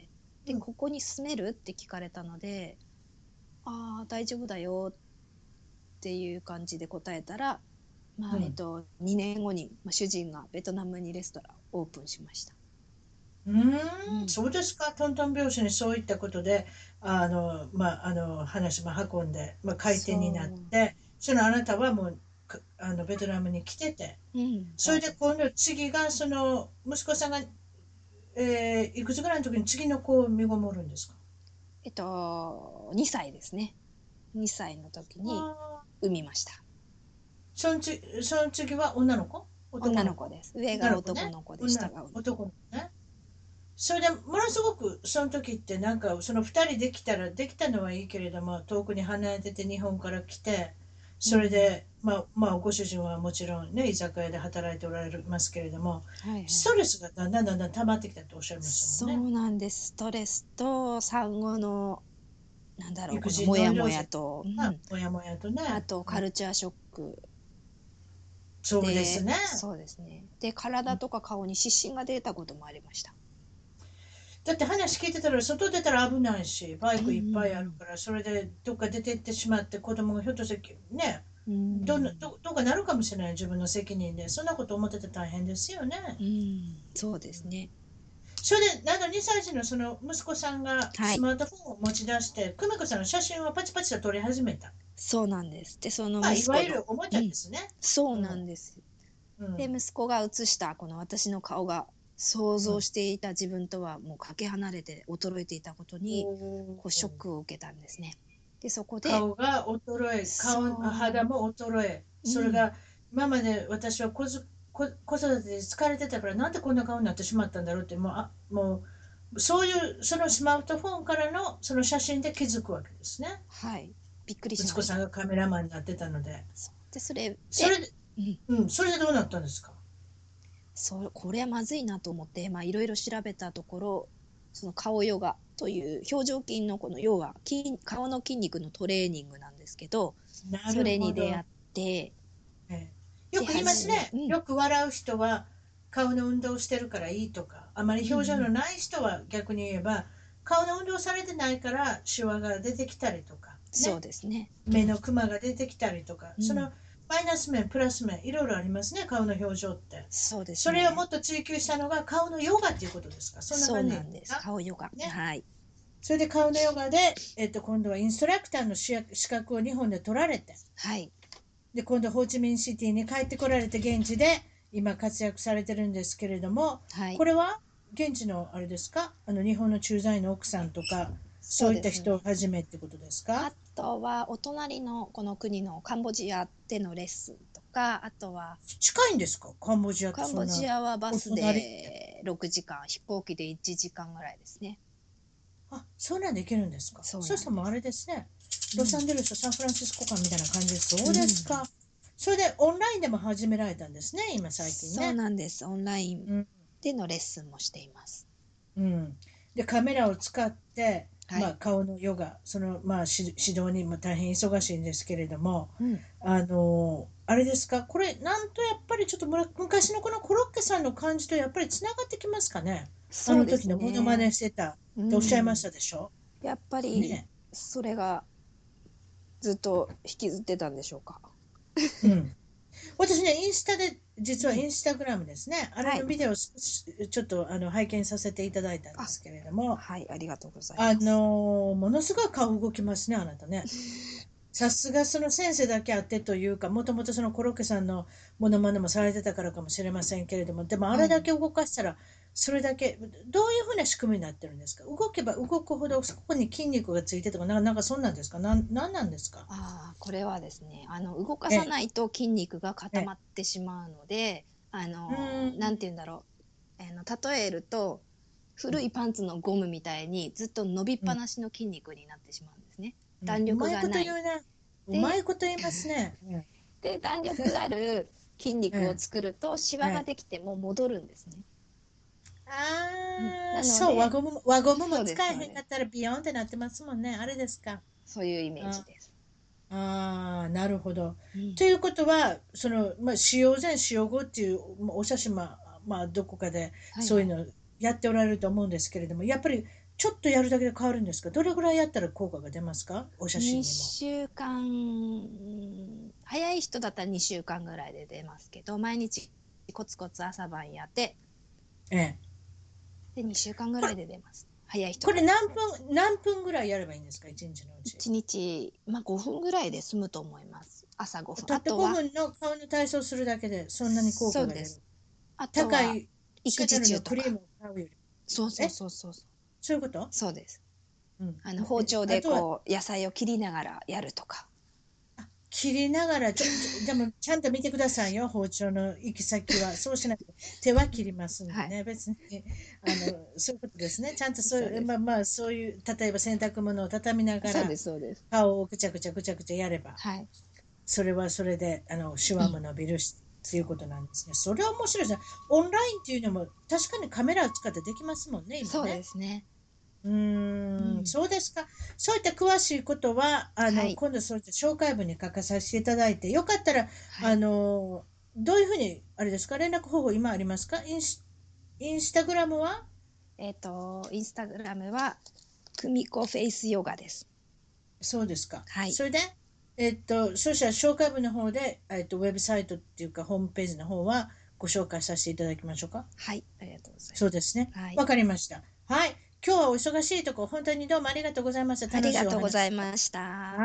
で、 うん。 ここに住めるって聞かれたので、ああ、大丈夫だよっていう感じで答えたら、まあ、 うん。 2年後に、主人がベトナムにレストランをオープンしました。 うーん、 うん。 そうですか。トントン拍子にそういったことで、話も運んで、まあ、開店になっそて、あなたはもう、ベトナムに来てて、 う。うん、 それでそうです。 今度次が、息子さんが、いくつぐらいの時に次の子を身ごもるんですか？ 2歳ですね。2歳の時にああ、 産みました。 その次は女の子？男の子？ 女の子です。上が女の子ね。 男の子で、下が女の子。 男の子ね。それでものすごくその時ってなんかその2人できたらできたのはいいけれども遠くに離れてて日本から来てそれうん。 でまあご主人はもちろんね居酒屋で働いておられますけれどもはいはい。 ストレスがだんだん溜まってきたっておっしゃいましたもんね。 そうなんです。ストレスと産後の、なんだろう、この育児モヤモノイローゼヤと、うがん。 もやもやとあね、 とカルチャーショックそうですで、 ね。 そうですね。で、体とか顔に湿疹が出たこともありました。 だって話聞いてたら外出たら危ないしバイうんうクいっぱいあるんからそれでどっか出てってしまって子供がひょっとしてねうん。 どうかなるかもしれない自分の責任でそんなこと思ってて大変ですよね。 うん。そうですね。 それで2歳児のその息子さんがはい。 スマートフォンを持ち出して久美子さんの写真をパチパチと撮り始めた。 そうなんです。で、そのまあいわ息子の、 ゆるおもちうん。 ゃですね。 そううんなんです。で、 うん。 息子が写したこの私の顔が想像うんしていた自分とはもうかけ離れて衰えていたことに、 おこうショックを受けたんですね。で、そこで、 顔が衰え肌そも衰えう、うん、 それが今まで私は子育てで疲れてたからなんでこんな顔になってしまったんだろうってもうそういうそのスマートフォンからのその写真で気づくわけですね。 はい、びっくりし息子さんました。 がカメラマンになってたので。 そうで、それで、 それで、 うん、 それでどうなったんですか？ これはまずいなと思って、いろいろ調べたところ、その顔ヨガという表情筋のこの要は顔の筋肉のトレーニングなんですけど、 なるそれほど。 に出会って、で、 よく言いますね。 うん、 よく笑う人は顔の運動をしてるからいいとか、あまりうんうん、 表情のない人は逆に言えば、顔の運動されてないからシワが出てきたりとか、 そうね、 ですね。うん、 目のクマが出てきたりとか、 うん、 マイナス面、プラス面、いろいろありますね、顔の表情って。 そうですそれをもね。 っと追求したのが顔のヨガっていうことですか？そんなそう感じなんです。 ですか？ 顔ヨガ。 ね。 はい。 それで顔のヨガで、今度はインストラクターの資格を日本で取られて、 はい。 で、今度ホーチミンシティに帰ってこられて現地で今活躍されてるんですけれども、 はい。 これは現地のあれですか？日本の駐在の奥さんとか、 そそういったうですね。 人をはじめってことですか？ あとは、お隣のこの国のカンボジアでのレッスンとか、あとは、 近いんですか？カンボジアとカンボそんなジアはバおス隣って。 で6時間、飛行機で1時間ぐらいですね。 あ、そうなんでいけるんですか？ そうそうしたらもうあなんです。 れですね。 うん。 ロサンゼルスとサンフランシスコ間みたいな感じです。そうですうん。 か。それでオンラインでも始められたんですね、今最近そうね。 なんです。オンラインうん。 でのレッスンもしています。 うん。で、カメラを使って、 はい。 顔のヨガ、指導にも大変忙しいんですけれども、 うん。 あれですか、これ、なんとやっぱりちょっと昔のこのコロッケさんの感じとやっぱりつながってきますかね。あそうですの時のモノマネね。 してたっうておっしゃいましん。 たでしょ。 やっぱり、 ね。 それがずっと引きずってたんでしょうか。 うん。私ね、実うん。 はインスタグラムですね。あれはい。 のビデオをちょっと拝見させていただいたんであ、 すけれども、 はい、ありがとうございます。 ものすごい顔動きますね、あなたね。さすがその先生だけあってというか、もともとそのコロッケさんのモノマネもされてたからかもしれませんけれども、でもあはい。 れだけ動かしたら、それだけ、どういうふうな仕組みになってるんですか？動けば動くほど、そこに筋肉がついてとか、なんかそんなんですか？なんなんですか？ ああ、これはですね、動かええ、 さないと筋肉がええ。 固まってしまうので、 うーなんてん。 言うんだろう。例えると、古いパンツのゴムみたいにずっと伸びっうん、 ぱなしの筋肉になってしまうんですね。 うん。 弾うまいこと力がない。 言うな。うまで、 いこと言いますね。うん。 弾力ある筋肉をええ、 作ると、シええ。 ワができても戻るんですね。うん、 ああ、 なのそう、 で、 輪ゴムもそうです、 使えそうです。 へんかったらビヨーンってなってますもんね。あれですか。 そういうイメージあです。 あー、なるほど。 うん。 ということは、使用前、使用後っていう、お写真、どこかではいはい。 そういうのやっておられると思うんですけれども、やっぱりちょっとやるだけで変わるんですか？どれぐらいやったら効果が出ますか？お写真にも。 2週間、早い人だったら2週間ぐらいで出ますけど、毎日コツコツ朝晩やって、 ええ。 で、2週間ぐこれ、 らいで出ます。早い人これだと。 何分ぐらいやればいいんですか？ 1 日のうち。 1日、5分ぐらいで済むと思います。朝5分。 たったあとは、 5分の顔の体操するだけでそんなに効果が出る。 そうです。あとは、 高いシ育児ャネル中とか。 のクリームを買うより。 そうそうえ、 そうそう。 そういうこと？ そうです。 うん。 包丁であとは、 こう、野菜を切りながらやるとか。 切りながら、でも、ちゃんと見てくださいよ、包丁の行き先は。そうしないと、手は切りますんはい。 でね、別に、そういうことですね。ちゃんとそういう、 そうです。 そういう、例えば洗濯物を畳みながら、 そうです、そうです。 顔をぐちゃぐちゃぐちゃぐちゃやれば、 はい。 それはそれで、シうん。 ワも伸びるし、っていそう。 うことなんですね。それは面白いですね。オンラインっていうのも、確かにカメラを使ってできますもんね、今そうね。 ですね。うそん。 うですか。そういった詳しいことは、 はい。 今度そういった紹介文に書かさせていただいて、よかったら、 はい。 どういうふうに、あれですか、連絡方法今ありますか？インスタグラムは？ インスタグラムは、クミコフェイスヨガです。 そうですか。 はい。 それで、そうしたら紹介文の方で、ウェブサイトっていうか、ホームページの方はご紹介させていただきましょうか。 はい。ありがとうございます。 そうですね。 はい。 わかりました。はい。今日はお忙しいとこ、本当にどうもありがとうございました。 あり楽しいおがとうござい話を。 ました。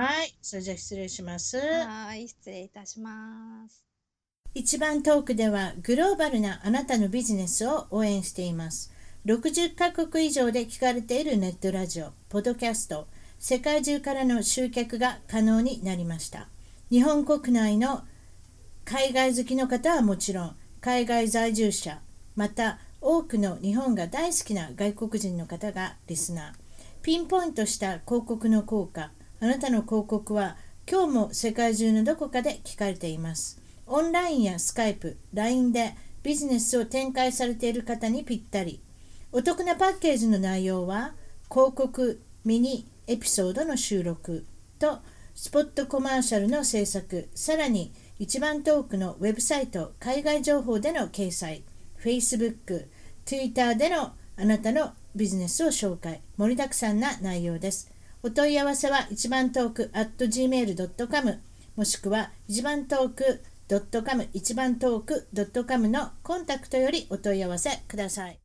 はい。それじゃあ失礼します。 はい。失礼いたします。 一番トークではグローバルなあなたのビジネスを応援しています。60カ国以上で聞かれているネットラジオ、ポッドキャスト、世界中からの集客が可能になりました。日本国内の海外好きの方はもちろん、海外在住者、また多くの日本が大好きな外国人の方がリスナー。ピンポイントした広告の効果、あなたの広告は今日も世界中のどこかで聞かれています。オンラインやスカイプ、LINE でビジネスを展開されている方にぴったり。お得なパッケージの内容は、広告、ミニエピソードの収録とスポットコマーシャルの制作、さらに一番トークのウェブサイト、海外情報での掲載、Facebook、Twitter でのあなたのビジネスを紹介、盛りだくさんな内容です。お問い合わせは一番トーク at gmail.com、 もしくは一番トーク.com 一番トーク.com のコンタクトよりお問い合わせください。